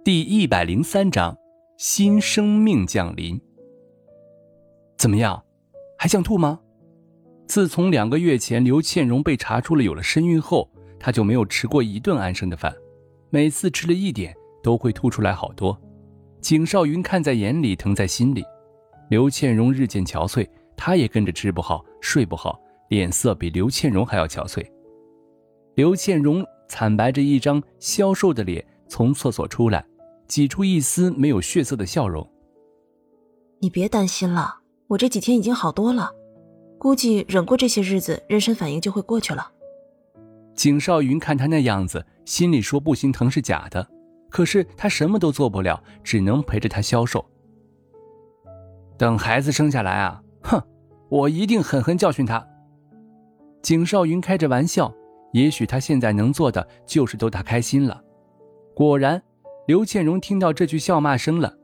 第103章新生命降临。怎么样，还想吐吗？自从2个月前刘倩蓉被查出了有了身孕后，她就没有吃过一顿安生的饭，每次吃了一点都会吐出来好多。景少云看在眼里，疼在心里。刘倩蓉日渐憔悴，她也跟着吃不好睡不好，脸色比刘倩蓉还要憔悴。刘倩蓉惨白着一张消瘦的脸从厕所出来，挤出一丝没有血色的笑容。 你别担心了，我这几天已经好多了，估计忍过这些日子，妊娠反应就会过去了。 景少云看他那样子，心里说不心疼是假的，可是他什么都做不了，只能陪着他消瘦。等孩子生下来啊，哼，我一定狠狠教训他。景少云开着玩笑，也许他现在能做的就是逗他开心了。果然刘倩蓉听到这句笑骂声了。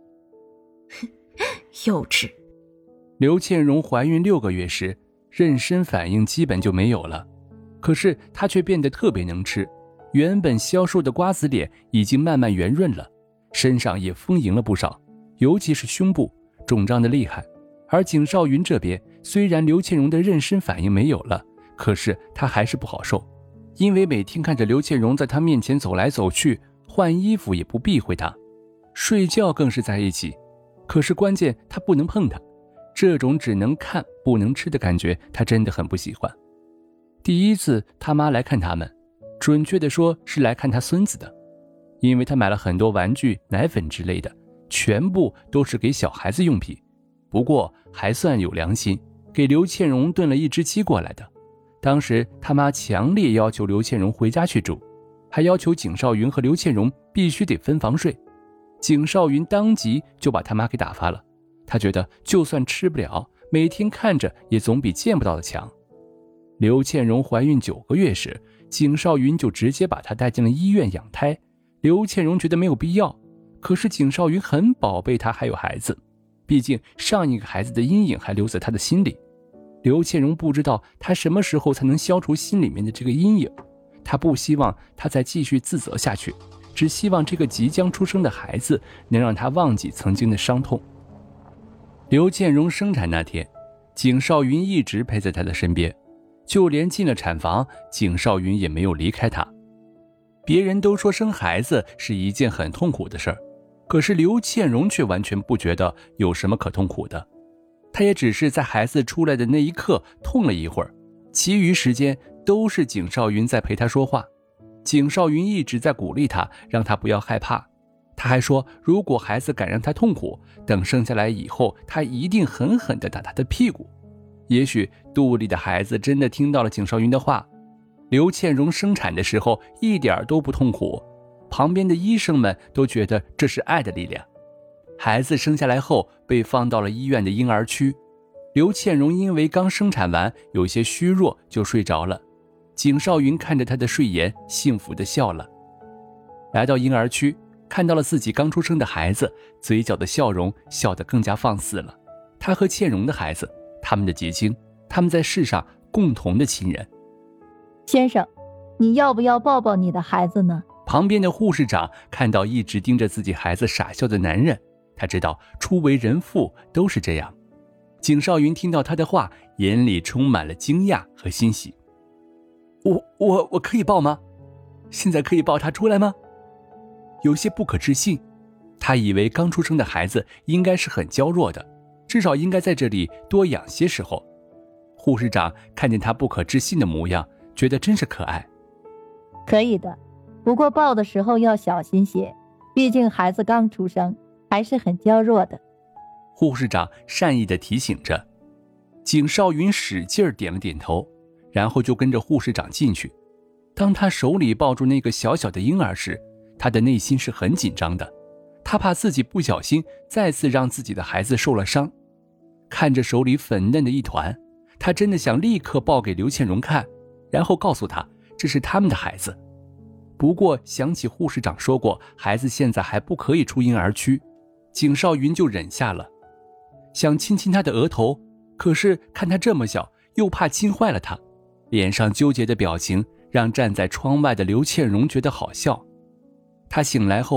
幼稚。 刘倩蓉怀孕6个月时，妊娠反应基本就没有了，可是她却变得特别能吃，原本消瘦的瓜子脸已经慢慢圆润了，身上也丰盈了不少，尤其是胸部肿胀得厉害。而景少云这边，虽然刘倩蓉的妊娠反应没有了，可是她还是不好受，因为每天看着刘倩蓉在她面前走来走去，换衣服也不避讳她，睡觉更是在一起。可是关键她不能碰她，这种只能看不能吃的感觉，她真的很不喜欢。第一次她妈来看他们，准确的说是来看她孙子的，因为她买了很多玩具、奶粉之类的，全部都是给小孩子用品。不过还算有良心，给刘倩蓉炖了一只鸡过来的。当时他妈强烈要求刘倩蓉回家去住，还要求景少云和刘倩蓉必须得分房睡。景少云当即就把他妈给打发了，他觉得就算吃不了，每天看着也总比见不到的强。刘倩蓉怀孕9个月时，景少云就直接把她带进了医院养胎。刘倩蓉觉得没有必要，可是景少云很宝贝她还有孩子，毕竟上一个孩子的阴影还留在她的心里。刘倩蓉不知道她什么时候才能消除心里面的这个阴影，她不希望她再继续自责下去，只希望这个即将出生的孩子能让她忘记曾经的伤痛。刘倩蓉生产那天，景少云一直陪在她的身边，就连进了产房，景少云也没有离开她。别人都说生孩子是一件很痛苦的事儿，可是刘倩蓉却完全不觉得有什么可痛苦的。她也只是在孩子出来的那一刻痛了一会儿，其余时间都是景少云在陪她说话。景少云一直在鼓励她，让她不要害怕。他还说，如果孩子敢让他痛苦，等生下来以后，他一定狠狠地打他的屁股。也许肚里的孩子真的听到了景少云的话。刘倩蓉生产的时候一点都不痛苦，旁边的医生们都觉得这是爱的力量。孩子生下来后被放到了医院的婴儿区，刘倩蓉因为刚生产完有些虚弱就睡着了。景少云看着她的睡颜，幸福地笑了。来到婴儿区，看到了自己刚出生的孩子，嘴角的笑容笑得更加放肆了。他和倩蓉的孩子，他们的结晶，他们在世上共同的亲人。 先生，你要不要抱抱你的孩子呢？ 旁边的护士长看到一直盯着自己孩子傻笑的男人，他知道初为人父都是这样。景少云听到他的话，眼里充满了惊讶和欣喜。我可以抱吗？现在可以抱他出来吗？有些不可置信，他以为刚出生的孩子应该是很娇弱的，至少应该在这里多养些时候。护士长看见他不可置信的模样，觉得真是可爱。 可以的，不过抱的时候要小心些，毕竟孩子刚出生，还是很娇弱的。 护士长善意地提醒着。景少云使劲点了点头，然后就跟着护士长进去。当他手里抱住那个小小的婴儿时，他的内心是很紧张的，他怕自己不小心再次让自己的孩子受了伤。看着手里粉嫩的一团，他真的想立刻抱给刘倩蓉看，然后告诉她这是他们的孩子。不过想起护士长说过孩子现在还不可以出婴儿区，景少云就忍下了，想亲亲他的额头，可是看他这么小，又怕亲坏了他，脸上纠结的表情让站在窗外的刘倩蓉觉得好笑。他醒来后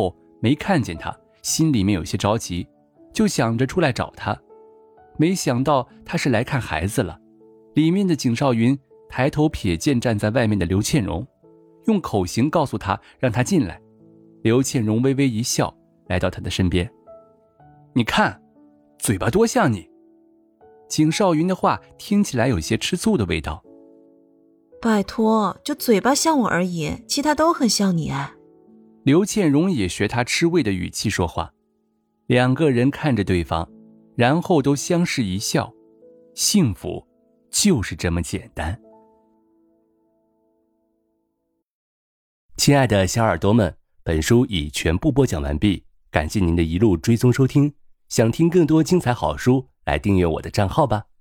没看见他，心里面有些着急，就想着出来找他。没想到他是来看孩子了。里面的景少云抬头瞥见站在外面的刘倩蓉，用口型告诉他让他进来。刘倩蓉微微一笑，来到他的身边。你看，嘴巴多像你。景少云的话听起来有些吃醋的味道。 拜托，就嘴巴像我而已，其他都很像你哎。 刘倩蓉也学他吃味的语气说话。两个人看着对方，然后都相视一笑。幸福就是这么简单。亲爱的小耳朵们，本书已全部播讲完毕，感谢您的一路追踪收听。想听更多精彩好书，来订阅我的账号吧。